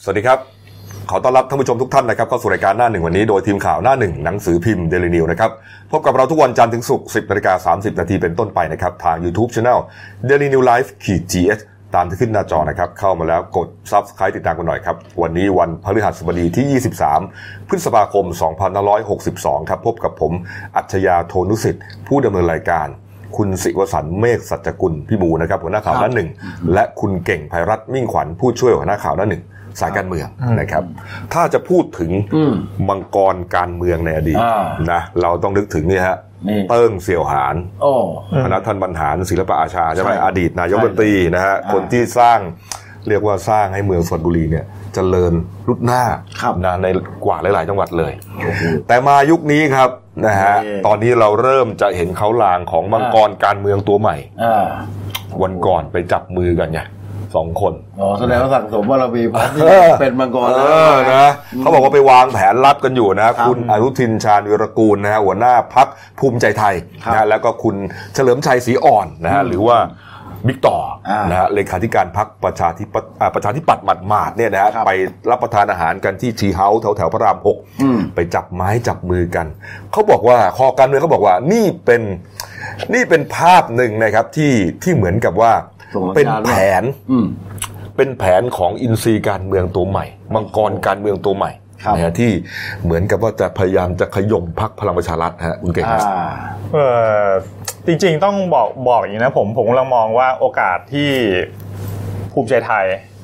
สวัสดีครับขอต้อนรับท่านผู้ชมทุกท่านนะครับเข้าสู่รายการหน้าหนึ่งวันนี้โดยทีมข่าวหน้าหนึ่งหนังสือพิมพ์ Daily News นะครับพบกับเราทุกวันจันทร์ถึงศุกร์ 10:30 น.เป็นต้นไปนะครับทาง YouTube Channel Daily News Live-GS ตามที่ขึ้นหน้าจอนะครับเข้ามาแล้วกด Subscribe ติดตามกันหน่อยครับวันนี้วันพฤหัสบดีที่23พฤษภาคม2562ครับพบกับผมอัจฉริยะ โทนุสิทธิ์ผู้ดำเนินรายการคุณศิวสันต์เมฆสัจจกุลพี่หมูนะครับหัวหน้าข่าวหน้าหนึ่งและคุณเก่งไพรัตน์มิ่งขวัญผู้ช่วยหัวหน้าข่าวหน้าหนึ่งสายการเมืองนะครับถ้าจะพูดถึงมังกรการเมืองในอดีตนะเราต้องนึกถึงนี่ฮะเติ้งเสี่ยวหานคณะท่านบรรหารศิลปอาชาใช่ไหมอดีตนายกรัฐมนตรีนะฮะคนที่สร้างเรียกว่าสร้างให้เมืองสุพรรณบุรีเนี่ยเจริญรุดหน้านะในกว่าหลายๆจังหวัดเลยแต่มายุคนี้ครับนะฮะตอนนี้เราเริ่มจะเห็นเขาลางของมังกรการเมืองตัวใหม่วันก่อนไปจับมือกันไง2 คนแสดงว่าสั่งสมว่าเรามีพรรคที่เป็นมังกรแล้วนะเขาบอกว่าไปวางแผนลับกันอยู่นะคุณอนุทินชาญวิรากูลนะฮะหัวหน้าพรรคภูมิใจไทยนะแล้วก็คุณเฉลิมชัยศรีอ่อนนะฮะหรือว่าบิ๊กต่อนะฮะเลขาธิการพรรคประชาธิปัตย์หมาดๆเนี่ยนะฮะไปรับประทานอาหารกันที่ทีเฮาส์แถวพระราม6ไปจับไม้จับมือกันเขาบอกว่าคอการเมืองเขาบอกว่านี่เป็นภาพหนึ่งนะครับที่เหมือนกับว่าเป็นแผนของอินทรีย์การเมืองตัวใหม่มังกรการเมืองตัวใหม่นะที่เหมือนกับว่าจะพยายามจะขย่มพรรคพลังประชารัฐฮะคุณเก่งครับจริงๆต้องบอกอย่างนี้นะผมกำลังมองว่าโอกาสที่ภูมิใจไทย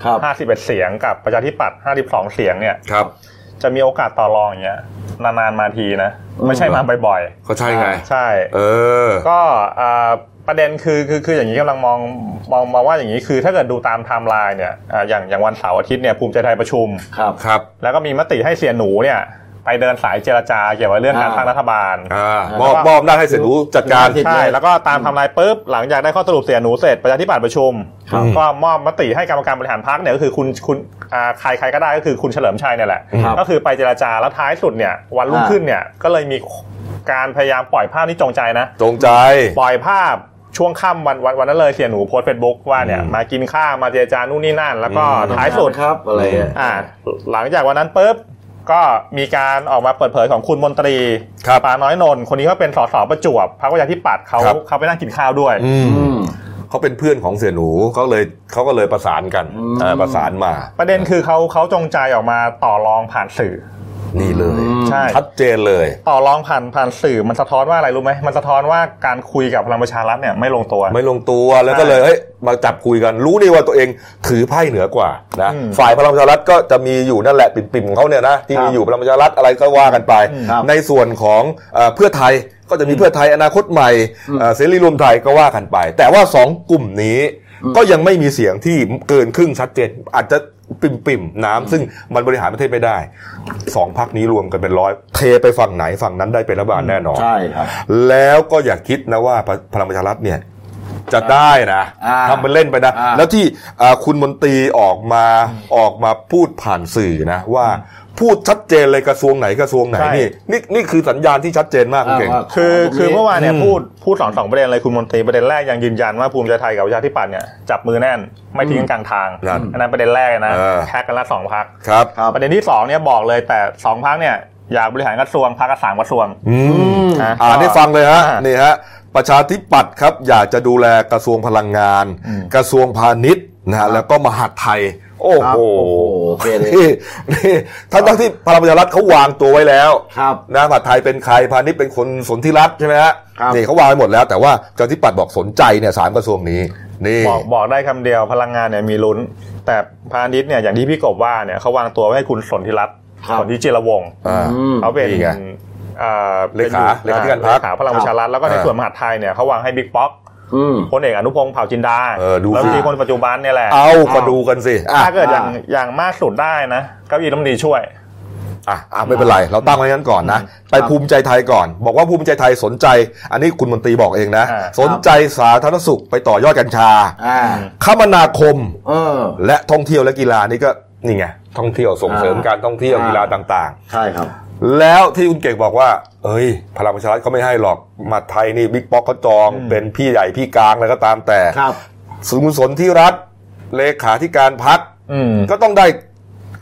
51 เสียงกับประชาธิปัตย์52 เสียงเนี่ยจะมีโอกาสต่อรองอย่างเงี้ยนานๆมาทีนะไม่ใช่มาบ่อยๆก็ใช่ไงใช่ก็ประเด็นคืออย่างนี้กำลังมองว่าอย่างนี้คือถ้าเกิดดูตามไทม์ไลน์เนี่ยอย่างวันเสาร์อาทิตย์เนี่ยภูมิใจไทยประชุมครับแล้วก็มีมติให้เสียหนูเนี่ยไปเดินสายเจรจาเกี่ยวกับเรื่องการตั้งรัฐบาลมอบได้ให้เสียหนูจัดการใช่แล้วก็ตามไทม์ไลน์ปุ๊บหลังจากได้ข้อสรุปเสียหนูเสร็จประชาธิปัตย์ประชุมก็มอบมติให้กรรมการบริหารพรรคเนี่ยก็คือคุณใครก็ได้ก็คือคุณเฉลิมชัยเนี่ยแหละก็คือไปเจรจาแล้วท้ายสุดเนี่ยวันรุ่งขึ้นเนี่ยก็เลยมีการพยายามปล่อยภาพนี้จงใจปล่อยภาพช่วงค่ำวันนั้นเลยเสียหนูโพสต์ Facebook ว่าเนี่ยมากินข้าวมาเจรจานู่นนี่นั่นแล้วก็ท้ายสุดครับอะไรหลังจากวันนั้นปุ๊บก็มีการออกมาเปิดเผยของคุณมนตรีปาน้อยนนท์คนนี้เขาเป็นสสประจวบพรรคประชาธิปัตย์เขาไปนั่งกินข้าวด้วยเขาเป็นเพื่อนของเสี่ยหนูเขาก็เลยประสานกันประสานมาประเด็นคือเขาจงใจออกมาต่อรองผ่านสื่อนี่เลยใช่ชัดเจนเลยต่อรองผ่านสื่อมันสะท้อนว่าอะไรรู้ไหมมันสะท้อนว่าการคุยกับพลังประชารัฐเนี่ยไม่ลงตัวแล้วก็เลยมาจับคุยกันรู้นี่ว่าตัวเองถือไพ่เหนือกว่านะฝ่ายพลังประชารัฐก็จะมีอยู่นั่นแหละปิ่มๆของเขาเนี่ยนะที่มีอยู่พลังประชารัฐอะไรก็ว่ากันไปในส่วนของเพื่อไทยก็จะมีเพื่อไทยอนาคตใหม่เสรีรวมไทยก็ว่ากันไปแต่ว่า2 กลุ่มนี้ก็ยังไม่มีเสียงที่เกินครึ่งชัดเจนอาจจะปิ่มน้ำซึ่งมันบริหารประเทศไม่ได้2 พรรคนี้รวมกันเป็น100เทไปฝั่งไหนฝั่งนั้นได้เป็นรัฐบาลแน่นอนใช่ครับแล้วก็อย่าคิดนะว่าพลังประชารัฐเนี่ยจะได้นะทำเป็นเล่นไปนะแล้วที่คุณมนตรีออกมาพูดผ่านสื่อนะว่าพูดชัดเจนเลยกระทรวงไหนนี่คือสัญญาณที่ชัดเจนมากคุณเก่งคือเมื่อวานเนี่ยพูด2ประเด็นเลยคุณมนตรีประเด็นแรกยังยืนยันว่าภูมิใจไทยกับประชาธิปัตย์เนี่ยจับมือแน่นไม่ทิ้งกันกลางทางอันนั้นประเด็นแรกนะแท็กกันละ2 พรรคประเด็นที่2เนี่ยบอกเลยแต่2 พรรคเนี่ยอยากบริหารกระทรวงพรรคละ3 กระทรวงได้ฟังเลยฮะนี่ฮะประชาธิปัตย์ครับอยากจะดูแลกระทรวงพลังงานกระทรวงพาณิชย์นะฮะแล้วก็มหาดไทยโอ้โหนี่ทั้งที่พลังประชารัฐเขาวางตัวไว้แล้วนะมหาดไทยเป็นใครพาณิชย์เป็นคนสนธิรัตน์ใช่ไหมฮะนี่เขาวางไว้หมดแล้วแต่ว่าประชาธิปัตย์บอกสนใจเนี่ย3 กระทรวงนี้นี่บอกได้คำเดียวพลังงานเนี่ยมีลุ้นแต่พาณิชย์เนี่ยอย่างที่พี่กบว่าเนี่ยเขาวางตัวไว้ให้คุณสนธิรัตน์สนธิจิรวงศ์เขาเป็นเลขาธิการพรรคพลังประชารัฐแล้วก็ในส่วนมหาดไทยเนี่ยเขาวางให้บิ๊กป๊อกพลเอกอนุพงษ์เผ่าจินดาแล้วมีคนปัจจุบันเนี่ยแหละก็ดูกันสิถ้าเกิดอย่างมากสุดได้นะเก้าอี้รัฐมนตรีช่วยไม่เป็นไรเราตั้งไว้งั้นก่อนนะไปภูมิใจไทยก่อนบอกว่าภูมิใจไทยสนใจอันนี้คุณมนตรีบอกเองนะสนใจสาธารณสุขไปต่อยอดกัญชาคมนาคมและท่องเที่ยวและกีฬานี่ก็นี่ไงท่องเที่ยวส่งเสริมการท่องเที่ยวกีฬาต่างๆใช่ครับแล้วที่คุณเก่งบอกว่าพลังประชารัฐเขาไม่ให้หรอกมาไทยนี่บิ๊กป๊อกเขาจองเป็นพี่ใหญ่พี่กลางแล้วก็ตามแต่สนธิรัตน์เลขาธิการพรรคก็ต้องได้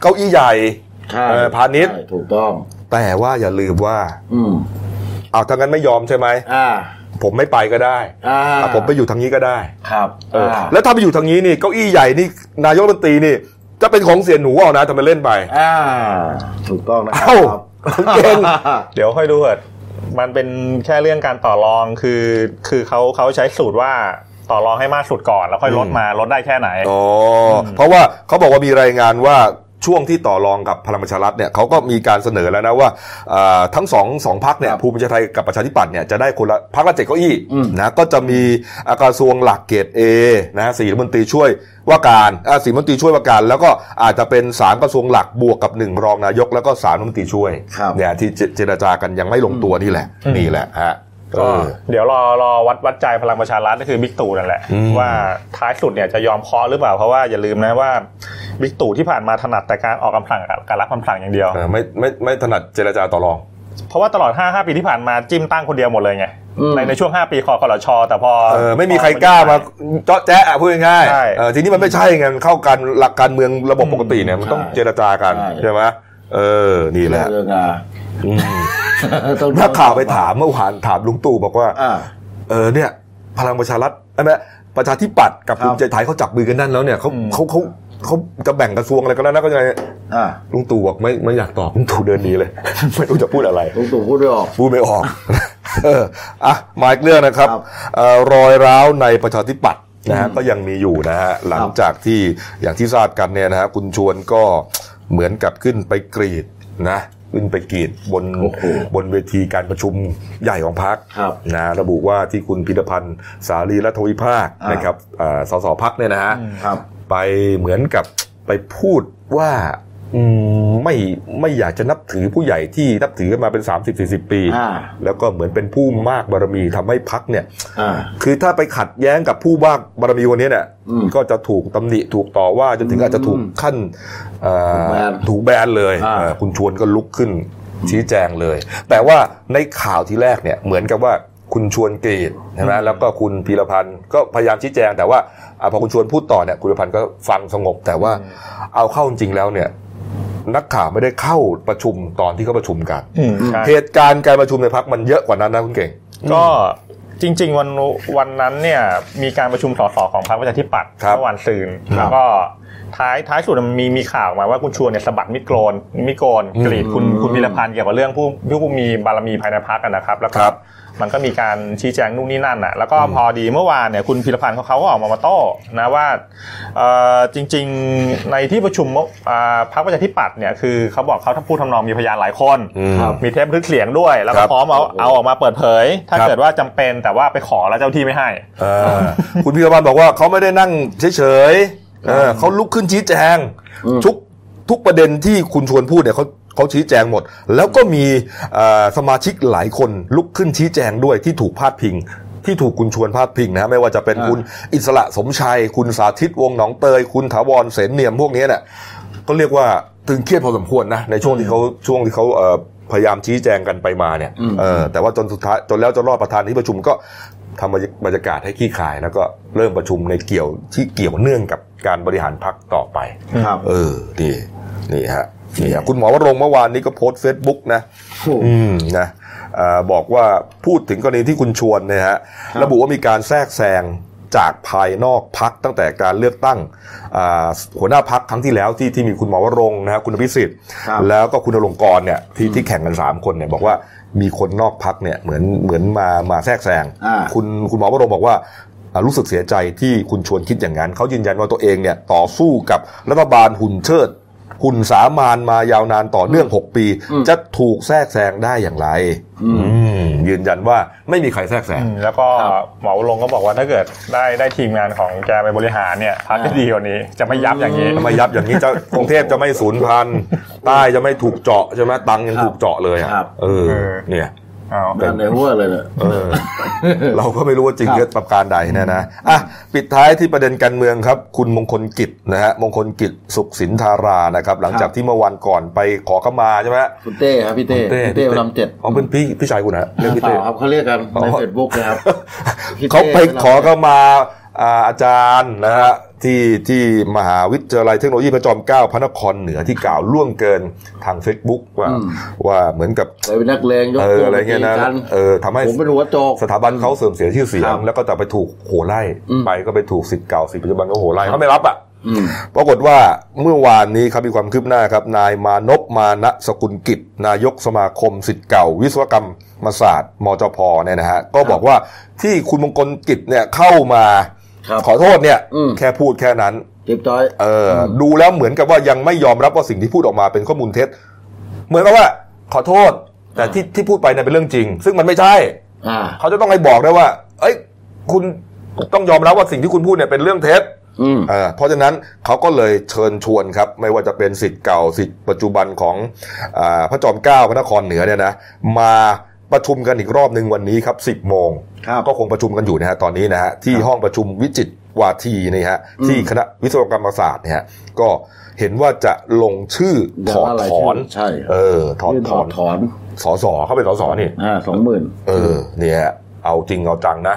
เก้าอี้ใหญ่พาณิชย์ถูกต้องแต่ว่าอย่าลืมว่าเอาถ้างั้นไม่ยอมใช่ไหมผมไม่ไปก็ได้ผมไปอยู่ทางนี้ก็ได้ครับแล้วถ้าไปอยู่ทางนี้นี่เก้าอี้ใหญ่นี่นายกรัฐมนตรีนี่จะเป็นของเสียหนูเอานะทำไมเล่นไปถูกต้องนะครับเก่งเดี๋ยวค่อยดูเถิดมันเป็นแค่เรื่องการต่อรองคือเขาใช้สูตรว่าต่อรองให้มากสุดก่อนแล้วค่อยลดได้แค่ไหนเพราะว่าเขาบอกว่ามีรายงานว่าช่วงที่ต่อรองกับพลังประชารัฐเนี่ยเขาก็มีการเสนอแล้วนะว่าทั้งสองพรรคเนี่ยภูมิใจไทยกับประชาธิปัตย์เนี่ยจะได้คนละพรรคละ7เก้าอี้นะก็จะมีกระทรวงหลักเกรด A นะ4รัฐมนตรีช่วยว่าการ4รัฐมนตรีช่วยว่าการแล้วก็อาจจะเป็น3กระทรวงหลักบวกกับ1รองนายกแล้วก็3รัฐมนตรีช่วยเนี่ยที่เจรจากันยังไม่ลงตัวนี่แหละฮะก็เดี๋ยวรอวัดใจพลังประชารัฐก็คือบิ๊กตู่นั่นแหละว่าท้ายสุดเนี่ยจะยอมเคาะหรือเปล่าเพราะว่าอย่าลืมนะว่าบิ๊กตู่ที่ผ่านมาถนัดแต่การออกคำสั่งการรับคำสั่งอย่างเดียวไม่ถนัดเจรจาต่อรองเพราะว่าตลอด5ปีที่ผ่านมาจิ้มตั้งคนเดียวหมดเลยไงในช่วง5ปีคสช.แต่พอไม่มีใครกล้ามาเจาะแจ๊ะพูดง่ายๆทีนี้มันไม่ใช่ไงเข้ากันหลักการเมืองระบบปกติเนี่ยมันต้องเจรจากันใช่ไหมนี่แหละนักข่าวไปถามเมื่อวานถามลุงตู่บอกว่าเนี่ยพลังประชารัฐประชาธิปัตย์กับภูมิใจไทยเขาจับมือกันนั่นแล้วเนี่ยเขาจะแบ่งกระทรวงอะไรกันแล้วนะก็ยังไงลุงตู่บอกไม่อยากตอบลุงตู่เดินหนีเลยไม่รู้จะพูดอะไรลุงตู่พูดไม่ออกมาอีกเรื่องนะครับรอยร้าวในประชาธิปัตย์นะฮะก็ยังมีอยู่นะฮะหลังจากที่อย่างที่ทราบกันเนี่ยนะฮะคุณชวนก็เหมือนกับขึ้นไปกรีดนะขึ้นไปกรีดบนเวทีการประชุมใหญ่ของพรรคนะระบุว่าที่คุณพิรพันธ์สารีรัฐวิภาคนะครับสสพรรคเนี่ยนะฮะไปเหมือนกับไปพูดว่าไม่อยากจะนับถือผู้ใหญ่ที่นับถือกันมาเป็น 30-40 ปีแล้วก็เหมือนเป็นผู้มากบารมีทำให้พรรคเนี่ยคือถ้าไปขัดแย้งกับผู้มากบารมีคนนี้เนี่ยก็จะถูกตำหนิถูกต่อว่าจนถึงอาจจะถูกขั้นถูกแบนเลยคุณชวนก็ลุกขึ้นชี้แจงเลยแต่ว่าในข่าวที่แรกเนี่ยเหมือนกับว่าคุณชวนกรีดใช่ไหมแล้วก็คุณพีรพันธ์ก็พยายามชี้แจงแต่ว่าพอคุณชวนพูดต่อเนี่ยคุณพีรพันธ์ก็ฟังสงบแต่ว่าเอาเข้าจริงแล้วเนี่ยนักข่าวไม่ได้เข้าประชุมตอนที่เขาประชุมกันเหตุการณ์การประชุมในพรรคมันเยอะกว่านั้นนะคุณเก่งก็จริงๆวันนั้นเนี่ยมีการประชุมสสของพรรคประชาธิปัตย์เมื่อวันซืนแล้วก็ท้ายสุดมันมีข่าวมาว่าคุณชวนเนี่ยสะบัดมิดโกนกรีดคุณพีรพันธ์เกี่ยวกับเรื่องผู้มีบารมีภายในพรรคนะครับแล้วก็มันก็มีการชี้แจงนู่นนี่นั่นน่ะแล้วก็พอดีเมื่อวานเนี่ยคุณพีรพันธ์เขาก็ออกมาโต้นะว่าจริงๆในที่ประชุมพรรคประชาธิปัตย์เนี่ยคือเขาบอกเขาพูดทำนองมีพยานหลายคนมีเทปบันทึกเสียงด้วยแล้วก็พร้อมเอาออกมาเปิดเผยถ้าเกิดว่าจำเป็นแต่ว่าไปขอแล้วเจ้าที่ไม่ให้คุณพีรพันธ์บอกว่าเขาไม่ได้นั่งเฉยๆเขาลุกขึ้นชี้แจงทุกประเด็นที่คุณชวนพูดเนี่ยเขาชี้แจงหมดแล้วก็มีสมาชิกหลายคนลุกขึ้นชี้แจงด้วยที่ถูกพาดพิงที่ถูกคุณชวนพาดพิงนะไม่ว่าจะเป็นคุณอิสระสมชัยคุณสาธิตวงศ์หนองเตยคุณถาวรเสนเนียมพวกนี้เนี่ยก็เรียกว่าตึงเครียดพอสมควรนะในช่วงที่เขาพยายามชี้แจงกันไปมาเนี่ยแต่ว่าจนสุดท้ายจนแล้วจะรอดประธานที่ประชุมก็ทำบรรยากาศให้ขี้คายแล้วก็เริ่มประชุมในที่เกี่ยวเนื่องกับการบริหารพรรคต่อไปนี่ฮะคุณหมอวรงค์เมื่อวานนี้ก็โพสต์ Facebook นะบอกว่าพูดถึงกรณีที่คุณชวนเนี่ยฮะระบุว่ามีการแทรกแซงจากภายนอกพรรคตั้งแต่การเลือกตั้งหัวหน้าพรรคครั้งที่แล้วที่มีคุณหมอวรงค์นะฮะคุณอภิสิทธิ์แล้วก็คุณอลงกรณ์เนี่ยที่แข่งกัน3คนเนี่ยบอกว่ามีคนนอกพรรคเนี่ยเหมือนมาแทรกแซงคุณหมอวรงค์บอกว่ารู้สึกเสียใจที่คุณชวนคิดอย่างนั้นเขายืนยันว่าตัวเองเนี่ยต่อสู้กับรัฐบาลหุ่นเชิดหุ่นสามานมายาวนานต่อเนื่อง6ปีจะถูกแทรกแซงได้อย่างไรยืนยันว่าไม่มีใครแทรกแซงแล้วก็หมอวรงค์ก็บอกว่าถ้าเกิดได้ทีมงานของแกไปบริหารเนี่ยพรรคจะดีกว่านี้จะไม่ยับอย่างนี้จะกรุงเทพจะไม่สูญพันธุ์ใต้จะไม่ถูกเจาะใช่ไหมตังยังถูกเจาะเลยเนี่ยเป็นในหัวเลยเนี่ยเราก็ไม่รู้ว่าจริงเท็จประการใดนะปิดท้ายที่ประเด็นการเมืองครับคุณมงคลกิจนะฮะมงคลกิจสุขสินธารานะครับหลังจากที่เมื่อวันก่อนไปขอขมาใช่ไหมคุณเต้ครับพี่เต้ลำเจ็ดเป็นพี่ชายคุณนะเรียกพี่เต้ครับเขาเรียกกันใน Facebook นะครับเขาไปขอขมาอาจารย์นะฮะที่มหาวิทยาลัยเทคโนโลยีพระจอมเกล้าพระนครเหนือที่กล่าวล่วงเกินทาง Facebook ว่าเหมือนกับเป็นนักเลงยกตัวอะไรเงี้ยนะทำให้ผมเป็นหัวโจกสถาบันเขาเสื่อมเสียชื่อเสียงแล้วก็จะไปถูกโหไล่ไปก็ไปถูกศิษย์เก่าศิษย์ปัจจุบันก็โหไล่เขาไม่รับปรากฏว่าเมื่อวานนี้ครับมีความคืบหน้าครับนายมานพมานะสกุลกิจนายกสมาคมศิษย์เก่าวิศวกรรมศาสตร์มจพเนี่ยนะฮะก็บอกว่าที่คุณมงคลกิจเนี่ยเข้ามาขอโทษเนี่ยแค่พูดแค่นั้นเก็บจ้อยดูแล้วเหมือนกับว่ายังไม่ยอมรับว่าสิ่งที่พูดออกมาเป็นข้อมูลเท็จเหมือนกับว่าขอโทษแต่ที่พูดไปเนี่ยเป็นเรื่องจริงซึ่งมันไม่ใช่เขาจะต้องให้บอกได้ว่าเอ้ยคุณต้องยอมรับว่าสิ่งที่คุณพูดเนี่ยเป็นเรื่องเท็จเพราะฉะนั้นเขาก็เลยเชิญชวนครับไม่ว่าจะเป็นศิษย์เก่าศิษย์ปัจจุบันของพระจอมเกล้าพระนครเหนือเนี่ยนะมาประชุมกันอีกรอบนึงวันนี้ครับ 10 โมงก็คงประชุมกันอยู่นะฮะตอนนี้นะฮะที่ห้องประชุมวิจิตรวาทีนี่ฮะที่คณะวิศวกรรมศาสตร์เนี่ยก็เห็นว่าจะลงชื่อถอดถอนใช่ถอดถอนสสเขาเป็นสสนี่ 20,000 เนี่ยเอาจริงเอาจังนะ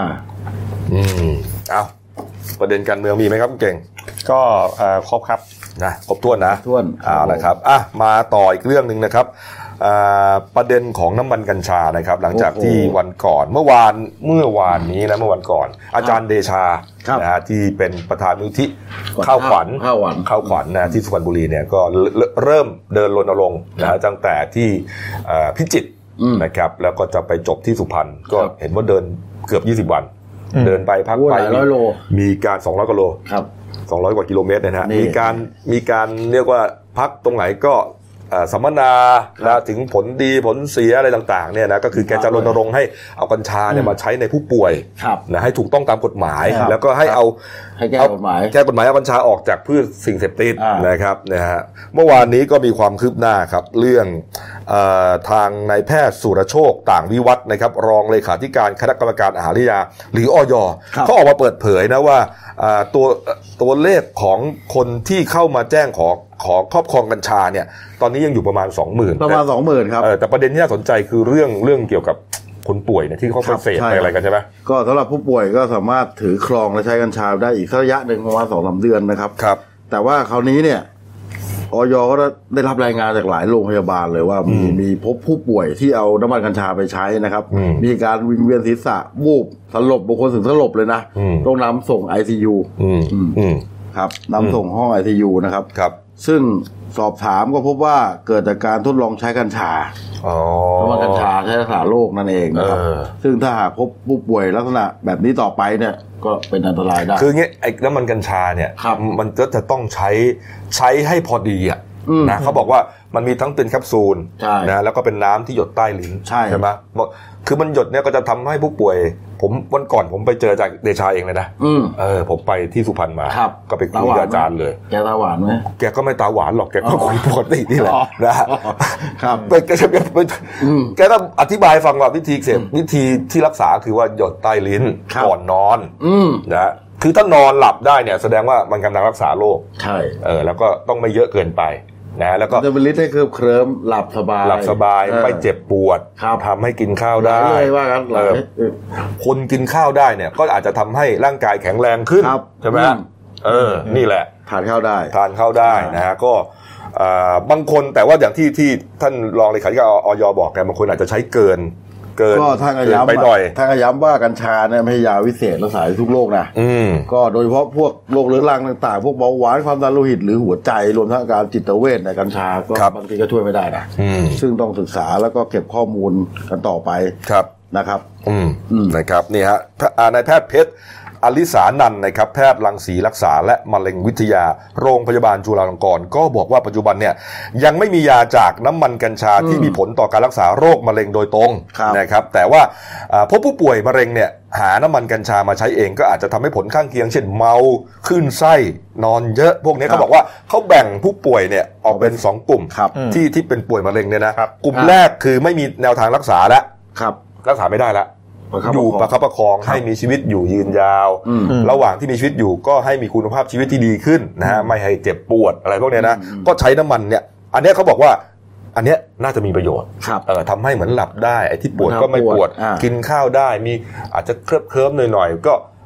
เอาประเด็นการเมืองมีไหมครับเก่งก็ครบครับนะครบถ้วนนะเอาละครับมาต่ออีกเรื่องนึงนะครับประเด็นของน้ำมันกัญชานะครับหลังจากที่วันก่อนเมื่อวานนี้นะเมื่อวันก่อนอาจารย์เดชานะฮะที่เป็นประธานมูลนิธิข้าวขวัญนะที่สุพรรณบุรีเนี่ยก็เริ่มเดินรณรงค์นะตั้งแต่ที่พิจิตรนะครับแล้วก็จะไปจบที่สุพรรณก็เห็นว่าเดินเกือบ20 วันเดินไปพักไปมีการ200 กว่าโล200 กว่ากิโลเมตรนะฮะมีการเรียกว่าพักตรงไหนก็สัมมนาแล้วถึงผลดีผลเสียอะไรต่างๆเนี่ยนะก็คือแกจะรณรงค์ให้เอากัญชาเนี่ยมาใช้ในผู้ป่วยนะให้ถูกต้องตามกฎหมายแล้วก็ให้แก้กฎหมายเอากัญชาออกจากพืชสิ่งเสพติดนะครับนะฮะเมื่อวานนี้ก็มีความคืบหน้าครับเรื่องทางนายแพทย์สุรโชคต่างวิวัฒน์นะครับรองเลขาธิการคณะกรรมการอาหารและยาหรืออย.เขาออกมาเปิดเผยนะว่าตัวเลขของคนที่เข้ามาแจ้งขอครอบครองกัญชาเนี่ยตอนนี้ยังอยู่ประมาณ 20,000 ครับแต่ประเด็นที่น่าสนใจคือเรื่องเกี่ยวกับคนป่วยเนี่ยที่เขาไปเสพไปอะไรกันใช่ไหมก็สำหรับผู้ป่วยก็สามารถถือครองและใช้กัญชาได้อีกระยะหนึ่งประมาณ 2-3 เดือนนะครับแต่ว่าคราวนี้เนี่ยอย.ก็ได้รับรายงานจากหลายโรงพยาบาลเลยว่ามีพบผู้ป่วยที่เอาน้ำมันกัญชาไปใช้นะครับมีการวิงเวียนศีรษะวูบสลบบางคนถึงสลบเลยนะต้องนำส่ง ICU ครับนำส่งห้อง ICU นะครับซึ่งสอบถามก็พบว่าเกิดจากการทดลองใช้กัญชาน้ำมันกัญชาใช้รักษาโรคนั่นเองนะครับซึ่งถ้าหากพบผู้ป่วยลักษณะแบบนี้ต่อไปเนี่ยก็เป็นอันตรายได้คืองี้ไอ้น้ำมันกัญชาเนี่ยมันก็จะต้องใช้ให้พอดีอ่ะนะเขาบอกว่ามันมีทั้งเป็นแคปซูลนะแล้วก็เป็นน้ำที่หยดใต้ลิ้นใช่ไหมคือมันหยดเนี่ยก็จะทำให้ผู้ป่วยผมวันก่อนผมไปเจอจากเดชาเองเลยนะผมไปที่สุพรรณมาก็ไปคุยกับอาจารย์เลยแกตาหวานไหมแกก็ไม่ตาหวานหรอกแกก็คุยปกตินี่แหละนะครับแกก็อธิบายฟังว่าวิธีเสพวิธีที่รักษาคือว่าหยดใต้ลิ้นก่อนนอนนะคือถ้านอนหลับได้เนี่ยแสดงว่ามันกำลังรักษาโรคใช่แล้วก็ต้องไม่เยอะเกินไปนะแล้วก็จะเป็นฤทธิ์ให้เคลิ้มหลับสบายไม่เจ็บปวดทำให้กินข้าวได้คนกินข้าวได้เนี่ยก็อาจจะทำให้ร่างกายแข็งแรงขึ้นใช่ไหมนี่แหละทานข้าวได้นะฮะก็บางคนแต่ว่าอย่างที่ท่านรองเลขาธิการอย.บอกเนี่ยบางคนอาจจะใช้เกินก็ท่านก็ย้ำว่ากัญชาเนี่ยไม่ใช่ยาวิเศษรักษาทุกโรคนะก็โดยเฉพาะพวกโรคเรื้อรังต่างๆพวกเบาหวานความดันโลหิตหรือหัวใจรวมทั้งอาการจิตเวชในกัญชาก็บางทีก็ช่วยไม่ได้นะซึ่งต้องศึกษาแล้วก็เก็บข้อมูลกันต่อไปนะครับนะครับนี่ฮะนายแพทย์เพชรอลิสานันท์นะครับแพทย์รังสีรักษาและมะเร็งวิทยาโรงพยาบาลจุฬาลงกรณ์ก็บอกว่าปัจจุบันเนี่ยยังไม่มียาจากน้ำมันกัญชาที่มีผลต่อการรักษาโรคมะเร็งโดยตรงนะครับแต่ว่าพบผู้ป่วยมะเร็งเนี่ยหาน้ำมันกัญชามาใช้เองก็อาจจะทำให้ผลข้างเคียงเช่นเมาคลื่นไส้นอนเยอะพวกนี้เขาบอกว่าเขาแบ่งผู้ป่วยเนี่ยออกเป็น2กลุ่มที่เป็นป่วยมะเร็งเนี่ยนะกลุ่มแรกคือไม่มีแนวทางรักษาแล้วรักษาไม่ได้แล้วอยู่ประคับประคองให้มีชีวิตอยู่ยืนยาวระหว่างที่มีชีวิตอยู่ก็ให้มีคุณภาพชีวิตที่ดีขึ้นนะฮะไม่ให้เจ็บปวดอะไรพวกนี้นะก็ใช้น้ำมันเนี่ยอันนี้เขาบอกว่าอันนี้น่าจะมีประโยชน์ทำให้เหมือนหลับได้ไอ้ที่ปวดก็ไม่ปวดกินข้าวได้มีอาจจะเคลิ้มหน่อยๆก็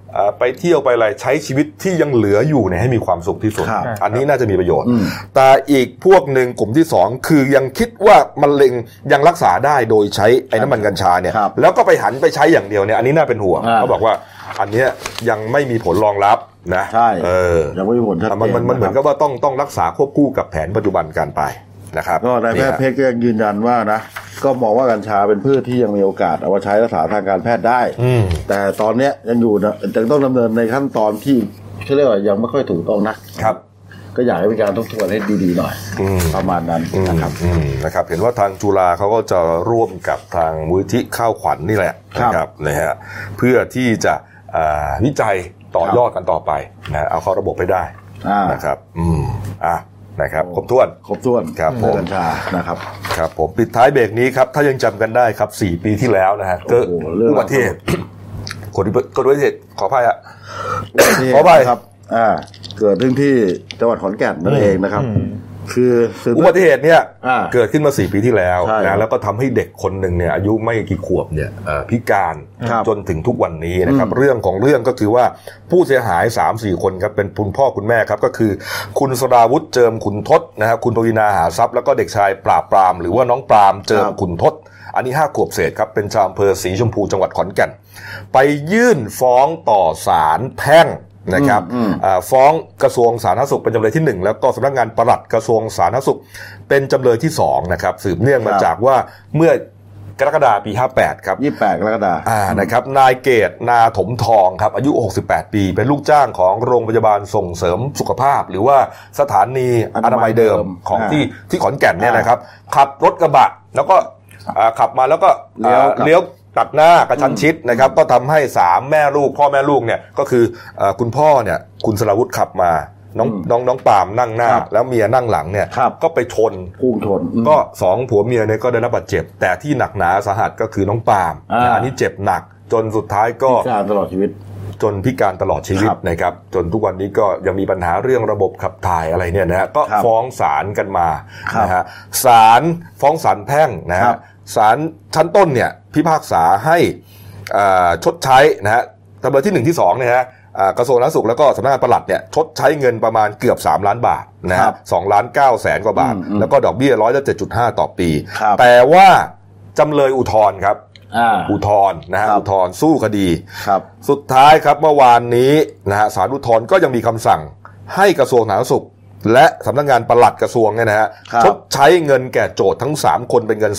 ไปเที่ยวไปอะไรใช้ชีวิตที่ยังเหลืออยู่เนี่ยให้มีความสุขที่สุดอันนี้น่าจะมีประโยชน์แต่อีกพวกหนึ่งกลุ่มที่2คือยังคิดว่ามะเร็งยังรักษาได้โดยใช้ไอ้น้ำมันกัญชาเนี่ยแล้วก็ไปหันไปใช้อย่างเดียวเนี่ยอันนี้น่าเป็นห่วงเขาบอกว่าอันเนี้ยยังไม่มีผลรองรับนะใช่ยังไม่มีผลชัดเจนมันเหมือนกับว่าต้องรักษาควบคู่กับแผนปัจจุบันกันไปนะครับก็นายแพทย์เพชรก็ยังยืนยันว่านะก็มองว่ากัญชาเป็นพืชที่ยังมีโอกาสเอามาใช้รักษาทางการแพทย์ได้แต่ตอนนี้ยังอยู่นะยังต้องดำเนินในขั้นตอนที่เขาเรียกว่ายังไม่ค่อยถูกต้องนะครับก็อยากให้มีการทบทวนให้ดีๆหน่อยประมาณนั้นนะครับเห็นว่าทางจุฬาเขาก็จะร่วมกับทางมูลที่ข้าวขวัญ นี่แหละนะครับนะฮะเพื่อที่จะวิจัยต่อยอดกันต่อไปนะเอาเข้าระบบไปได้นะครับนะครับครบถ้วนครับผมกัญชานะครับครับผมปิดท้ายเบรกนี้ครับถ้ายังจำกันได้ครับ4ปีที่แล้วนะฮะเกิดอุบัติเหตุคนที่เกิดอุบัติเหตุขออภัยอะขออภัยครับเกิดที่จังหวัดขอนแก่นนั่นเองนะครับคืออุบัติเหตุเนี่ยเกิดขึ้นมา4ปีที่แล้วนะแล้วก็ทำให้เด็กคนหนึ่งเนี่ยอายุไม่กี่ขวบเนี่ยพิการจนถึงทุกวันนี้นะครับเรื่องของเรื่องก็คือว่าผู้เสียหาย 3-4 คนครับเป็นคุณพ่อคุณแม่ครับก็คือคุณสราวุฒิเจิมขุนทศนะฮะคุณปวีณาหาทรัพย์แล้วก็เด็กชายปราบหรือว่าน้องปรามเจิมขุนทศอันนี้5 ขวบเศษครับเป็นชาวอำเภอศรีชมพูจังหวัดขอนแก่นไปยื่นฟ้องต่อศาลแพ่งนะครับฟ้องกระทรวงสาธารณสุขเป็นจำเลยที่1แล้วก็สำนักงานปลัดกระทรวงสาธารณสุขเป็นจำเลยที่2นะครับสืบเนื่องมาจากว่าเมื่อกรกฎาคมปี58ครับ 28กรกฎาคมนะครับนายเกตนาถมทองครับอายุ68ปีเป็นลูกจ้างของโรงพยาบาลส่งเสริมสุขภาพหรือว่าสถานีอนามัยเดิมของที่ขอนแก่นเนี่ยนะครับขับรถกระบะแล้วก็ขับมาแล้วก็เลี้ยวตัดหน้ากระชั้นชิดนะครับก็ทำให้3แม่ลูกพ่อแม่ลูกเนี่ยก็คือคุณพ่อเนี่ยคุณสราวุฒิขับมาน้องปามนั่งหน้าแล้วเมียนั่งหลังเนี่ยก็ไปชนก็2ผัวเมียเนี่ยก็ได้รับบาดเจ็บแต่ที่หนักหนาสาหัสก็คือน้องปามอันนี้เจ็บหนักจนสุดท้ายก็พิการตลอดชีวิตนะครับจนทุกวันนี้ก็ยังมีปัญหาเรื่องระบบขับถ่ายอะไรเนี่ยนะฮะก็ฟ้องศาลกันมานะฮะศาลฟ้องศาลแพ่งนะฮะศาลชั้นต้นเนี่ยพิพากษาให้ชดใช้นะฮะจำเลยที่1ที่2เนี่ยฮะกระทรวงสาธารณสุขแล้วก็สำนักงานปลัดเนี่ยชดใช้เงินประมาณเกือบ3ล้านบาทนะฮะ2,900,000 กว่าบาทแล้วก็ดอกเบี้ย7.5%ต่อปีแต่ว่าจำเลยอุทธรณ์ครับอุทธรณ์นะฮะอุทธรณ์สู้คดีสุดท้ายครับเมื่อวานนี้นะฮะศาลอุทธรณ์ก็ยังมีคำสั่งให้กระทรวงสาธารณสุขและสำนักงานปลัดกระทรวงเนี่ยนะฮะชดใช้เงินแก่โจทย์ทั้ง3คนเป็นเงิน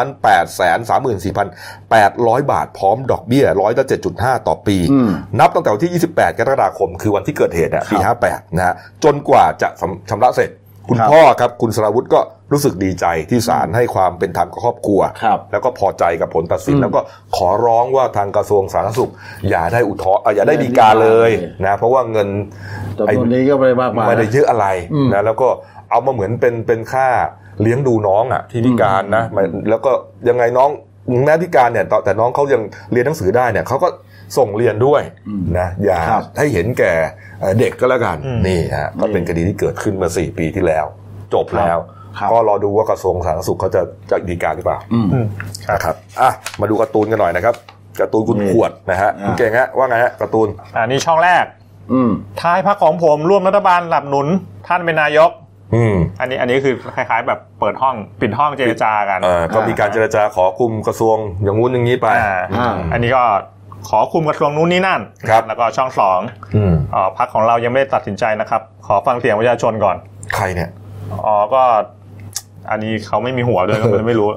2,834,800 บาทพร้อมดอกเบี้ย7.5%ต่อปีนับตั้งแต่วันที่28กรกฎาคมคือวันที่เกิดเหตุปี58นะฮะจนกว่าจะชำระเสร็จคุณพ่อครับคุณสราวุฒิก็รู้สึกดีใจที่ศาลให้ความเป็นธรรมกับครอบครัวแล้วก็พอใจกับผลตัดสินแล้วก็ขอร้องว่าทางกระทรวงสาธารณสุขอย่าได้อุทธรณ์อย่าได้ฎีกาเลยนะเพราะว่าเงินจำนวนนี้ก็ไม่ได้มากมายไม่ได้เยอะอะไรนะแล้วก็เอามาเหมือนเป็นค่าเลี้ยงดูน้องอ่ะที่พิการนะแล้วก็ยังไงน้องแม้พิการเนี่ยแต่น้องเขายังเรียนหนังสือได้เนี่ยเขาก็ส่งเรียนด้วยนะอย่าให้เห็นแก่เด็กก็แล้วกันนี่ฮะก็เป็นคดีที่เกิดขึ้นมา4ปีที่แล้วจบแล้วก็รอดูว่ากระทรวงสาธารณสุขเขาจะฎีกาหรือเปล่าครับมาดูการ์ตูนกันหน่อยนะครับการ์ตูนคุณขวดนะฮะคุณเก่งฮะว่าไงฮะการ์ตูนนี่ช่องแรกท้ายพรรคของผมร่วมรัฐบาลสนับสนุนท่านเป็นนายกอันนี้คือคล้ายๆแบบเปิดห้องปิดห้องเจรจากันก็มีการเจรจาขอคุมกระทรวงอย่างงู้นอย่างนี้ไปอันนี้ก็ขอคุมกระทรวงนู้นนี่นั่นแล้วก็ช่อง2พรรคของเรายังไม่ได้ตัดสินใจนะครับขอฟังเสียงประชาชนก่อนใครเนี่ยก็อันนี้เขาไม่มีหัวด้วยก็ไม่รู้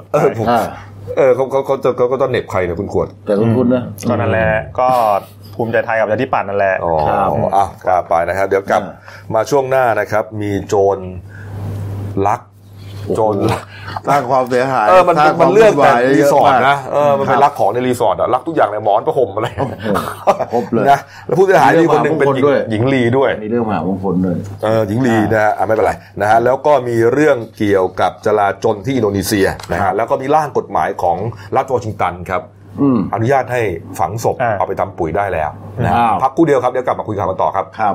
เขาต้องเหน็บใครเนี่ยคุณขวดแต่คุณนะก็นั่นแหละก็ภูมิใจไทยกับประชาธิปัตย์นั่นแหละกลับไปนะครับเดี๋ยวกลับมาช่วงหน้านะครับมีโจรลักสร้างความเสียหายมันเรื่องแต่รีสอร์ทนะมันเป็นลักของในรีสอร์ทลักทุกอย่างในหมอนผ้าห่มอะไรครบเลยนะแล้วผู้เสียหายมีคนนึงเป็นหญิงลีด้วยมีเรื่องมหามงคลด้วยหญิงลีนะฮะไม่เป็นไรนะฮะแล้วก็มีเรื่องเกี่ยวกับจลาจลที่อินโดนีเซียนะฮะแล้วก็มีร่างกฎหมายของรัฐวอชิงตันครับอนุญาตให้ฝังศพเอาไปทำปุ๋ยได้แล้วนะพักกู้เดียวครับเดี๋ยวกลับมาคุยข่าวกันต่อครับ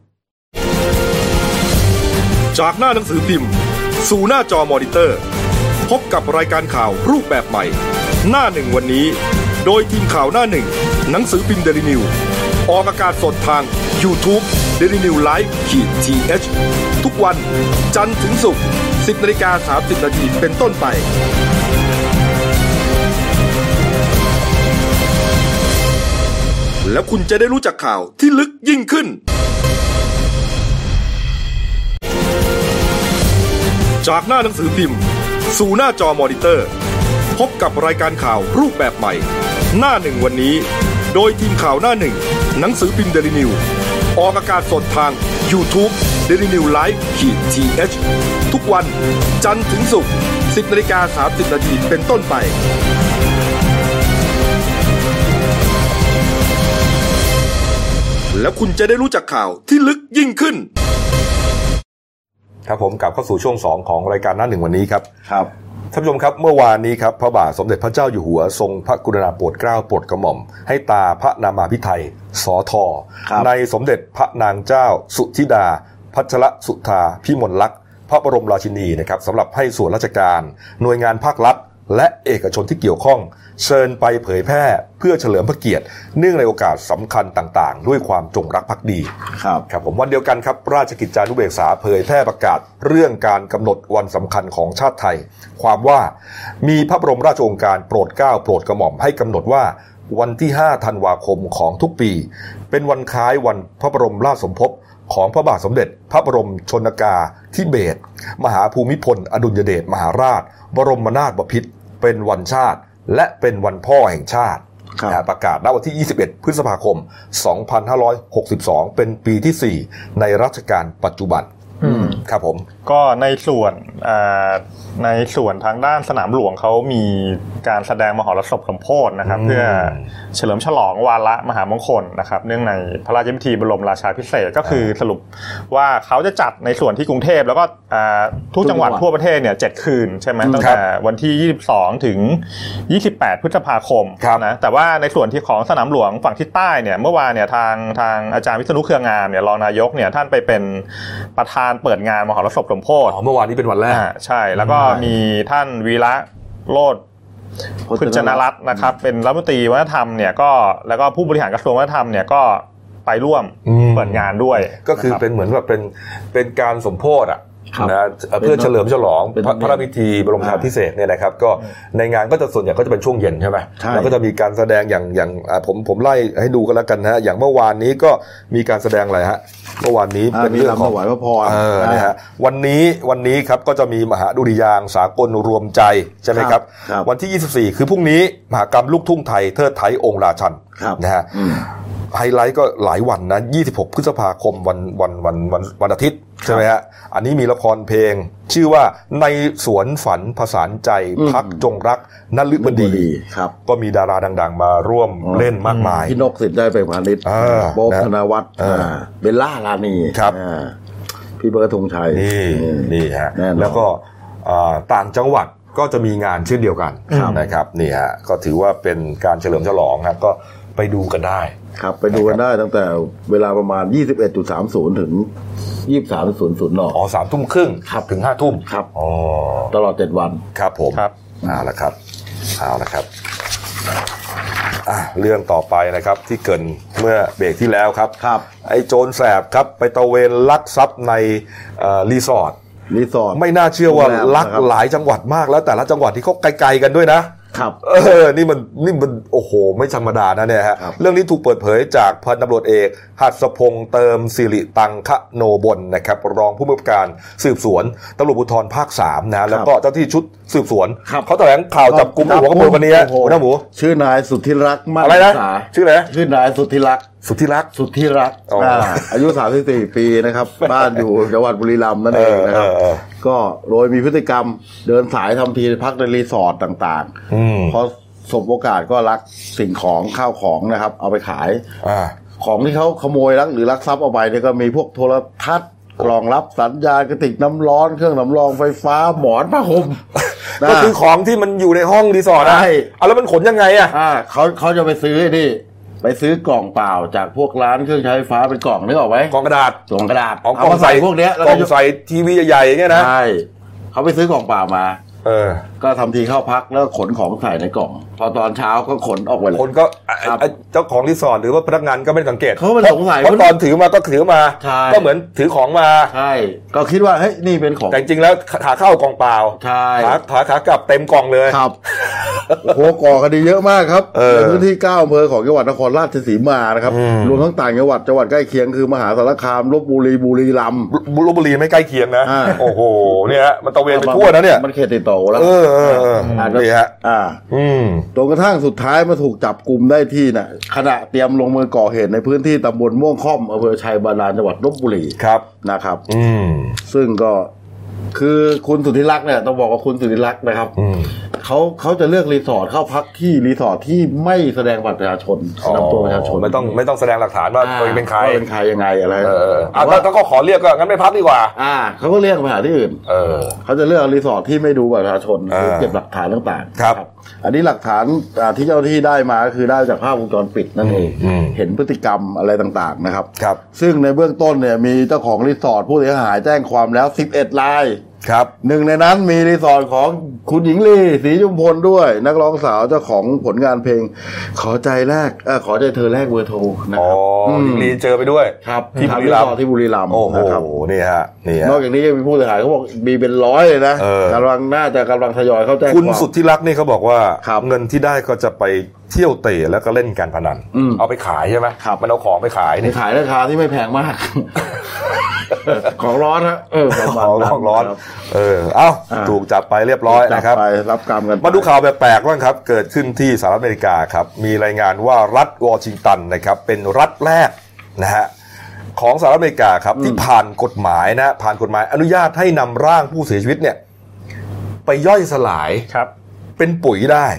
จากหน้าหนังสือพิมพ์สู่หน้าจอมอนิเตอร์พบกับรายการข่าวรูปแบบใหม่หน้าหนึ่งวันนี้โดยทีมข่าวหน้าหนึ่งหนังสือพิมพ์เดลินิวออกอากาศสดทาง YouTube Daily New Life /TH ทุกวันจันทร์ถึงศุกร์ 10:30 น.เป็นต้นไปแล้วคุณจะได้รู้จักข่าวที่ลึกยิ่งขึ้นจากหน้าหนังสือพิมพ์สู่หน้าจอมอนิเตอร์พบกับรายการข่าวรูปแบบใหม่หน้าหนึ่งวันนี้โดยทีมข่าวหน้าหนึ่งหนังสือพิมพ์ Daily News ออกอากาศสดทาง YouTube Daily New Life /TH ทุกวันจันทร์ถึงศุกร์ 10:30 น.เป็นต้นไปแล้วคุณจะได้รู้จักข่าวที่ลึกยิ่งขึ้นครับผมกลับเข้าสู่ช่วง2ของรายการหน้าหนึ่งวันนี้ครับครับท่านผู้ชมครับเมื่อวานนี้ครับพระบาทสมเด็จพระเจ้าอยู่หัวทรงพระกรุณาโปรดเกล้าโปรดกระหม่อมให้ตาพระนามาภิไธยสท.ในสมเด็จพระนางเจ้าสุธิดาพัชรสุธาพิมลลักษณ์พระบรมราชินีนะครับสำหรับให้ส่วนราชการหน่วยงานภาครัฐและเอกชนที่เกี่ยวข้องเชิญไปเผยแพร่เพื่อเฉลิมพระเกียรติเนื่องในโอกาสสำคัญต่างๆด้วยความจงรักภักดีครับผมวันเดียวกันครับราชกิจจานุเบกษาเผยแพร่ประกาศเรื่องการกำหนดวันสำคัญของชาติไทยความว่ามีพระบรมราชโองการโปรดเกล้าโปรดกระหม่อมให้กำหนดว่าวันที่5ธันวาคมของทุกปีเป็นวันคล้ายวันพระบรมราชสมภพของพระบาทสมเด็จพระบรมชนกาธิเบศรมหาภูมิพลอดุลยเดชมหาราชบรมนาถบพิตรเป็นวันชาติและเป็นวันพ่อแห่งชาติประกาศณวันที่21พฤษภาคม2562เป็นปีที่4ในรัชกาลปัจจุบันครับผมก็ในส่วนทางด้านสนามหลวงเขามีการแสดงมหรสพสมโภชนะครับเพื่อเฉลิมฉลองวาระมหามงคลนะครับเนื่องในพระราชพิธีบรมราชาภิเษกก็คือสรุปว่าเขาจะจัดในส่วนที่กรุงเทพแล้วก็ทุกจังหวัดทั่วประเทศเนี่ย7คืนใช่ไหมตั้งแต่วันที่22ถึง28พฤษภาคมนะแต่ว่าในส่วนที่ของสนามหลวงฝั่งทิศใต้เนี่ยเมื่อวานเนี่ยทางอาจารย์วิษณุเครืองามเนี่ยรองนายกเนี่ยท่านไปเป็นประธานเปิดงานมหรสพสมโภชเมื่อวานนี้เป็นวันแรกใช่แล้วก็มีท่านวีระโรจน์พจนรัตน์นะครับเป็นรัฐมนตรีวัฒนธรรมเนี่ยก็แล้วก็ผู้บริหารกระทรวงวัฒนธรรมเนี่ยก็ไปร่วมเปิดงานด้วยก็คือเป็นเหมือนแบบเป็นการสมโภชนะเพื่อเฉลิมฉลองพระราชพิธีบรมราชาภิเษกเนี่ยนะครับก็ในงานก็จะส่วนใหญ่ก็จะเป็นช่วงเย็นใช่ไหมแล้วก็จะมีการแสดงอย่างผมไล่ให้ดูกันแล้วกันนะอย่างเมื่อวานนี้ก็มีการแสดงอะไรฮะเมื่อวานนี้เป็นเรื่องของถวายพระพรนะฮะวันนี้ครับก็จะมีมหาดุริยางค์สากลรวมใจใช่ไหมครับวันที่24คือพรุ่งนี้มหกรรมลูกทุ่งไทยเทิดไทยองค์ราชันนะฮะไฮไลท์ก็หลายวันนะ26พฤษภาคมวันอาทิตย์ใช่ไหมฮะอันนี้มีละครเพลงชื่อว่าในสวนฝันผสานใจพักจงรักนฤบดีก็มีดาราดังๆมาร่วมเล่นมากมายพี่นกสิทธิ์ได้ไปพาณิชย์โบ๊คธนวัฒน์เบลล่ารานีพี่เบิร์ดธงชัยนี่ฮะแล้วก็ต่างจังหวัดก็จะมีงานเช่นเดียวกันนะครับนี่ฮะก็ถือว่าเป็นการเฉลิมฉลองครับก็ไปดูกันได้ครับไปดูกันได้ตั้งแต่เวลาประมาณ 21:30 ถึง 23:00 น. 3 ทุ่มครึ่งถึง 5 ทุ่มครับตลอด7วันครับผมเอาละครับเรื่องต่อไปนะครับที่เกิดเมื่อเบรกที่แล้วครับไอ้โจรแสบครับไปตะเวนลักทรัพย์ในรีสอร์ทไม่น่าเชื่อว่าลักหลายจังหวัดมากแล้วแต่ละจังหวัดที่เขาไกลๆกันด้วยนะครับนี่มันโอ้โหไม่ธรรมดานะเนี่ยฮะเรื่องนี้ถูกเปิดเผยจากพันตำรวจเอกหัสพงษ์เติมสิริตังคโนบลนะครับรองผู้บังคับการสืบสวนตำรวจภูธรภาค3นะแล้วก็เจ้าที่ชุดสืบสวนเขาแถลงข่าวจับกุมหัวขโมยวันนี้หัวหน้าหมูชื่อนายสุทธิรักษ์มั่นษาชื่ออะไรชื่อนายสุทธิรักษ์อายุ34ปีนะครับบ้านอยู่จังหวัดบุรีรัมย์นั่นเองนะครับก็โดยมีพฤติกรรมเดินสายทำทีพักในรีสอร์ทต่างๆพอสบโอกาสก็ลักสิ่งของข้าวของนะครับเอาไปขายของที่เขาขโมยหรือลักทรัพย์เอาไปเนี่ยก็มีพวกโทรทัศน์กล่องรับสัญญาณกระติกน้ำร้อนเครื่องสำรองไฟฟ้าหมอนผ้าห่มก็คือของที่มันอยู่ในห้องรีสอร์ทนะแล้วมันขนยังไงเขาจะไปซื้อกล่องเปล่าจากพวกร้านเครื่องใช้ไฟฟ้าเป็นกล่องนึกออกไหมกล่องกระดาษเอามาใส่พวกเนี้ยกล่องใส่ทีวีใหญ่ๆอย่างเงี้ยนะใช่เขาไปซื้อกล่องเปล่ามาก็ทำทีเข้าพักแล้วขนของใส่ในกล่องพอตอนเช้าก็ขนออกไปเลยคนก็เจ้าของรีสอร์ทหรือว่าพนักงานก็ไม่สังเกตเขาไม่สงสัยเพราะตอนถือมาก็ถือมาก็เหมือนถือของมาใช่ก็คิดว่าเฮ้ยนี่เป็นของแต่จริงแล้วขาเข้ากล่องเปล่าใช่ขากลับเต็มกล่องเลยครับโอ้โหก่อคดีเยอะมากครับในพื้นที่9อำเภอของจังหวัดนครราชสีมานะครับรวมทั้งต่างจังหวัดใกล้เคียงคือมหาสารคามลพบุรีบุรีรัมย์ลพบุรีไม่ใกล้เคียงนะโอ้โหเนี่ยมันตะเวนไปทั่วนะเนี่ยมันเขตติดต่อแล้วนี่ฮะจนกระทั่งสุดท้ายมาถูกจับกุมได้ที่น่ะขณะเตรียมลงมือก่อเหตุในพื้นที่ตำบลม่วงค่อมอำเภอชัยบาดาลจังหวัดลพบุรีครับนะครับซึ่งก็คือคุณสุทธิรักษ์เนี่ยต้องบอกว่าคุณสุทธิรักษ์นะครับเขาจะเลือกรีสอร์ทเข้าพักที่รีสอร์ทที่ไม่แสดงบัตรประชาชนนำตัวประชาชนไม่ต้องแสดงหลักฐานว่าตัวเองเป็นใครยังไงอะไรถ้าก็ขอเรียกก็งั้นไม่พักดีกว่าเขาก็เรียกไปหาที่อื่นเขาจะเลือกรีสอร์ทที่ไม่ดูบัตรประชาชนเก็บหลักฐานต่างๆครับอันนี้หลักฐานที่เจ้าหน้าที่ได้มาก็คือได้จากภาพวงจรปิดนั่นเองเห็นพฤติกรรมอะไรต่างๆนะครับซึ่งในเบื้องต้นเนี่ยมีเจ้าของรีสอร์ทผู้เสียหายแจ้งความแล้ว11รายครับหนึ่งในนั้นมีรีสอร์ทของคุณหญิงลีศรีจุมพลด้วยนักร้องสาวเจ้าของผลงานเพลงขอใจเธอแรกเบอร์โทรนะครับหญิงลีเจอไปด้วยครับที่บุรีรัมย์นะครับนี่ฮะนอกจากนี้ยังมีผู้เสียหายเขาบอกมีเป็น100เลยนะกำลังทยอยเข้าแจ้งความคุณสุทธิรักษ์นี่เขาบอกว่าเงินที่ได้ก็จะไปเที่ยวเตะแล้วก็เล่นการพนันเอาไปขายใช่ไหมมันเอาของไปขายนี่ขายราคาที่ไม่แพงมากของร้อนนะของร้อนถูกจับไปเรียบร้อยนะครับรับกรรมกันมาดูข่าวแบบแปลกบ้างครับเกิดขึ้นที่สหรัฐอเมริกาครับมีรายงานว่ารัฐวอชิงตันนะครับเป็นรัฐแรกนะฮะของสหรัฐอเมริกาครับที่ผ่านกฎหมายอนุญาตให้นำร่างผู้เสียชีวิตเนี่ยไปย่อยสลายเป็นปุ๋ยได้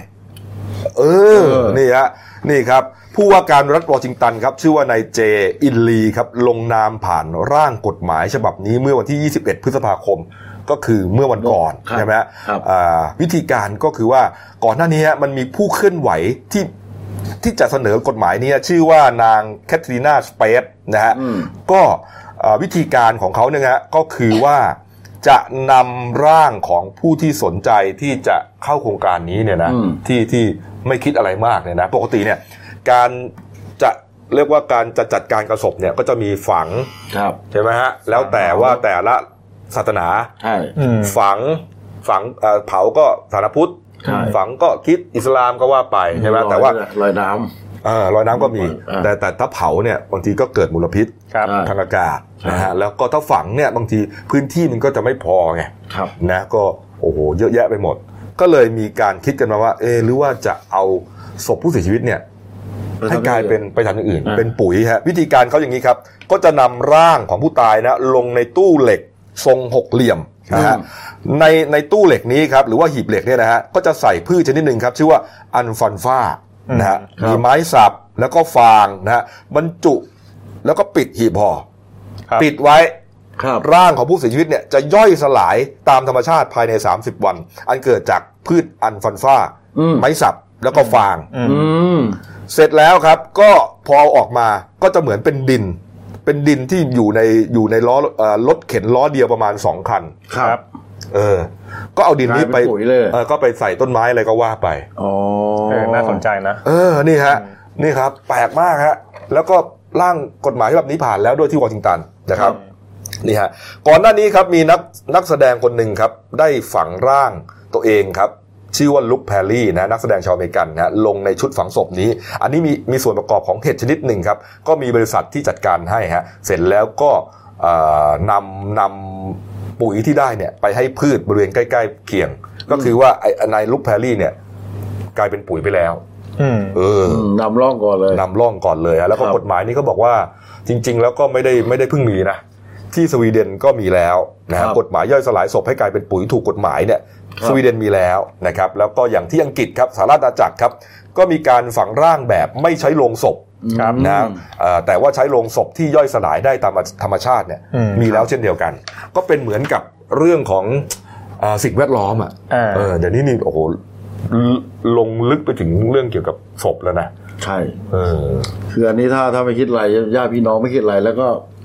นี่ครับผู้ว่าการรัฐวอชิงตันครับชื่อว่านายเจอินลีครับลงนามผ่านร่างกฎหมายฉบับนี้เมื่อวันที่21พฤษภาคมก็คือเมื่อวันก่อนใช่ไหมวิธีการก็คือว่าก่อนหน้านี้มันมีผู้เคลื่อนไหวที่จะเสนอกฎหมายนี้ชื่อว่านางแคทรีนาสเปซนะฮะก็วิธีการของเขาเนี่ยก็คือว่าจะนำร่างของผู้ที่สนใจที่จะเข้าโครงการนี้เนี่ยนะที่ไม่คิดอะไรมากเนี่ยนะปกติเนี่ยการจะเรียกว่าการจะจัดการกระสบเนี่ยก็จะมีฝังใช่ไหมฮะแล้วแต่ว่าแต่ละศาสนาฝังเผาก็ศาสนาพุทธฝังก็คริสต์อิสลามก็ว่าไปใช่ไหมแต่ว่าลอยน้ำก็มีแต่ถ้าเผาเนี่ยบางทีก็เกิดมลพิษทางอากาศนะฮะแล้วก็ถ้าฝังเนี่ยบางทีพื้นที่มันก็จะไม่พอไงนะก็โอ้โหเยอะแยะไปหมดก็เลยมีการคิดกันมาว่าหรือว่าจะเอาศพผู้เสียชีวิตเนี่ยให้กลายเป็นไปทำอย่างอื่นเป็นปุ๋ยฮะวิธีการเขาอย่างนี้ครับก็จะนำร่างของผู้ตายนะลงในตู้เหล็กทรงหกเหลี่ยมนะฮะในตู้เหล็กนี้ครับหรือว่าหีบเหล็กเนี่ยนะฮะก็จะใส่พืชชนิดหนึ่งครับชื่อว่าอันฟันฟ้านะฮะมีไม้สับแล้วก็ฟางนะฮะบรรจุแล้วก็ปิดหีบห่อปิดไว้ร่างของผู้เสียชีวิตเนี่ยจะย่อยสลายตามธรรมชาติภายใน30วันอันเกิดจากพืชอันฟันฟ้าไม้สับแล้วก็ฟางเสร็จแล้วครับก็พอออกมาก็จะเหมือนเป็นดินที่อยู่ในล้อรถเข็นล้อเดียวประมาณ2คันครับก็เอาดินนี้ไปก็ไปใส่ต้นไม้อะไรก็ว่าไปน่าสนใจนะนี่ฮะนี่ครับแปลกมากฮะแล้วก็ร่างกฎหมายแบบนี้ผ่านแล้วด้วยที่วอชิงตันนะครับนี่ฮะก่อนหน้านี้ครับมีนักแสดงคนหนึ่งครับได้ฝังร่างตัวเองครับชื่อว่าลุคแพรรี่นะนักแสดงชาวอเมริกันนะลงในชุดฝังศพนี้อันนี้มีส่วนประกอบของเห็ดชนิดหนึ่งครับก็มีบริษัทที่จัดการให้ฮะเสร็จแล้วก็นำปุ๋ยที่ได้เนี่ยไปให้พืชบริเวณใกล้ๆเคียงก็คือว่าในลุคแพรรี่เนี่ยกลายเป็นปุ๋ยไปแล้วนำร่องก่อนเลยแล้วก็กฎหมายนี้เขาบอกว่าจริงๆแล้วก็ไม่ได้เพิ่งมีนะที่สวีเดนก็มีแล้วนะกฎหมายย่อยสลายศพให้กลายเป็นปุ๋ยถูกกฎหมายเนี่ยสวีเดนมีแล้วนะครับแล้วก็อย่างที่อังกฤษครับสหราชอาณาจักรครับก็มีการฝังร่างแบบไม่ใช้โลงศพนะแต่ว่าใช้โลงศพที่ย่อยสลายได้ตามธรรมชาติเนี่ยมีแล้วเช่นเดียวกันก็เป็นเหมือนกับเรื่องของสิ่งแวดล้อมเดี๋ยวนี้นี่โอ้โหลงลึกไปถึงเรื่องเกี่ยวกับศพแล้วนะใช่คืออันนี้ถ้าไม่คิดอะไรญาติพี่น้องไม่คิดอะไรแล้วก็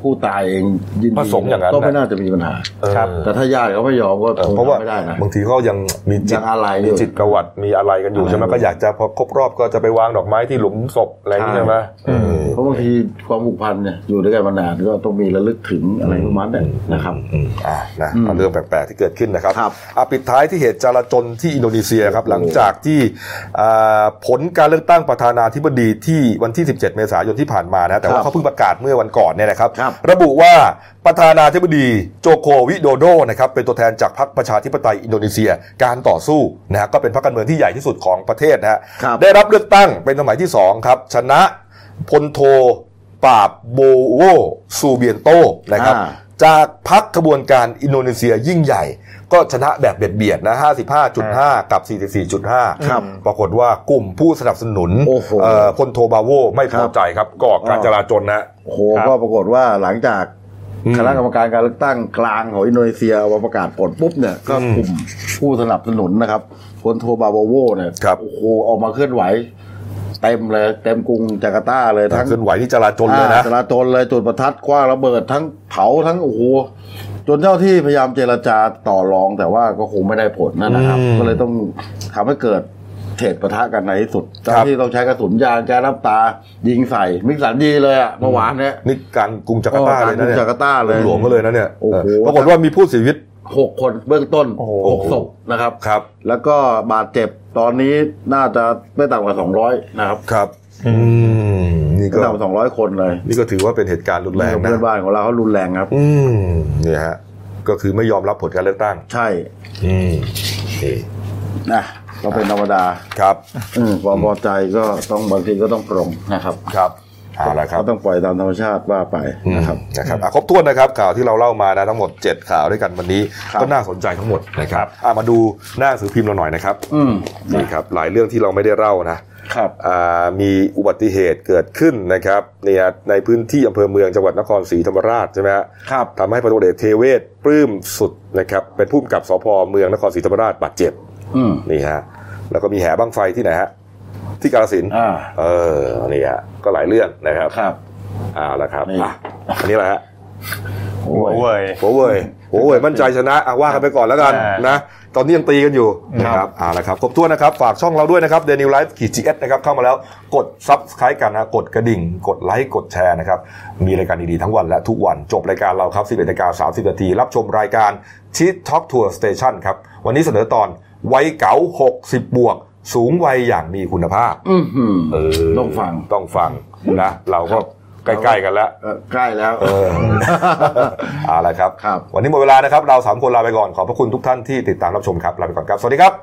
ผู้ตายเองยินดีก็ไม่น่าจะมีปัญหาแต่ถ้าญาติเขาไม่ยอมก็คงไม่ได้นะบางทีเขายังมีจิตประวัติมีอะไรกันอยู่ใช่ไหมก็อยากจะพอครบรอบก็จะไปวางดอกไม้ที่หลุมศพอะไรอย่างนี้ใช่ไหมเพราะบางทีความผูกพันเนี่ยอยู่ด้วยกันมานานก็ต้องมีระลึกถึงอะไรประมาณนั้นนะครับนะเรื่องแปลกๆที่เกิดขึ้นนะครับปิดท้ายที่เหตุจลาจลที่อินโดนีเซียครับหลังจากที่ผลการเลือกตั้งประธานาธิบดีที่วันที่17 เมษายนที่ผ่านมานะแต่ว่าเขาเพิ่งประกาศเมื่อวันก่อนเนี่ยนะครับระบุว่าประธานาธิบดีโจโควิโดโดนะครับเป็นตัวแทนจากพรรคประชาธิปไตยอินโดนีเซียการต่อสู้นะฮะก็เป็นพรรคการเมืองที่ใหญ่ที่สุดของประเทศนะฮะได้รับเลือกตั้งเป็นสมัยที่2ครับชนะพลโทปราบโบโวซูเบียนโตนะครับจากพรรคขบวนการอินโดนีเซียยิ่งใหญ่ก็ชนะแบบเบียดๆนะ 55.5 กับ 44.5 ปรากฏว่ากลุ่มผู้สนับสนุนพลโทบาโวไม่พอใจครับก่อการจลาจลนะโอ้โหก็ปรากฏว่าหลังจากคณะกรรมการการเลือกตั้งกลางของอินโดนีเซียเอามาประกาศผลปุ๊บเนี่ยก็กลุ่มผู้สนับสนุนนะครับพลโทบาโวเนี่ยโอ้โหออกมาเคลื่อนไหวเต็มเลยเต็มกรุงจาการ์ตาเลยทั้งเคลื่อนไหวที่จลาจลเลยนะจลาจลเลยจุดประทัดคว้างระเบิดทั้งเผาทั้งโอ้โหจนเจ้าที่พยายามเจรจาต่อรองแต่ว่าก็คงไม่ได้ผลนะครับก็เลยต้องทำให้เกิดเหตุปะทะกันในที่สุดเจ้าที่ต้องใช้กระสุนยางแก๊สน้ำตายิงใส่มิกสันยีเลยอ่ะเมื่อวานเนี่ยนี่การกรุงจาการ์ตาเลยนะเนี่ยจาการ์ตาเลยหลวงก็เลยนะเนี่ยปรากฏว่ามีผู้เสียชีวิต 6 คนเบื้องต้น6 ศพนะครับแล้วก็บาดเจ็บตอนนี้น่าจะไม่ต่ำกว่า200นะครับครับนี่ก็ต่ำ200 คนเลยนี่ก็ถือว่าเป็นเหตุการณ์รุนแรงนะเพื่อนบ้านของเราเขารุนแรงครับเนี่ยฮะก็คือไม่ยอมรับผลการเลือกตั้งใช่นะก็เป็นธรรมดาครับความพอใจก็ต้องบางทีก็ต้องปรงนะครับครับเอาละครับก็ต้องปล่อยตามธรรมชาติว่าไปนะครับครบถ้วนนะครับข่าวที่เราเล่ามานะทั้งหมด7ข่าวด้วยกันวันนี้ก็น่าสนใจทั้งหมดนะครับมาดูหน้าสือพิมพ์เราหน่อยนะครับนี่ครับหลายเรื่องที่เราไม่ได้เล่านะครับมีอุบัติเหตุเกิดขึ้นนะครับในพื้นที่อำเภอเมืองจังหวัดนครศรีธรรมราชใช่ไหมครับทำให้พันตำรวจเอกเทเวศปลื้มสุดนะครับเป็นผู้กำกับสภ.เมืองนครศรีธรรมราชบาดเจ็บนี่ฮะแล้วก็มีแห่บั้งไฟที่ไหนฮะที่กาฬสินธุ์นี่ฮะก็หลายเรื่องนะครับแล้วครับอันนี้แหละฮะหัวเว่ยมั่นใจชนะว่ากันไปก่อนแล้วกันนะตอนนี้ยังตีกันอยู่นะครับละครับครบถ้วนนะครับฝากช่องเราด้วยนะครับ Daily Life GS นะครับเข้ามาแล้วกด Subscribe กันนะกดกระดิ่งกดไลค์กดแชร์นะครับมีรายการดีๆทั้งวันและทุกวันจบรายการเราครับ 11:30 น.รับชมรายการชีทท็อกทัวร์สเตชันครับวันนี้เสนอตอนวัยเก๋า60 บวกสูงวัยอย่างมีคุณภาพต้องฟังนะเราก็ใกล้ๆกันแล้วใกล้แล้วอะไรครับวันนี้หมดเวลานะครับเรา3 คนลาไปก่อนขอบพระคุณทุกท่านที่ติดตามรับชมครับลาไปก่อนครับสวัสดีครับ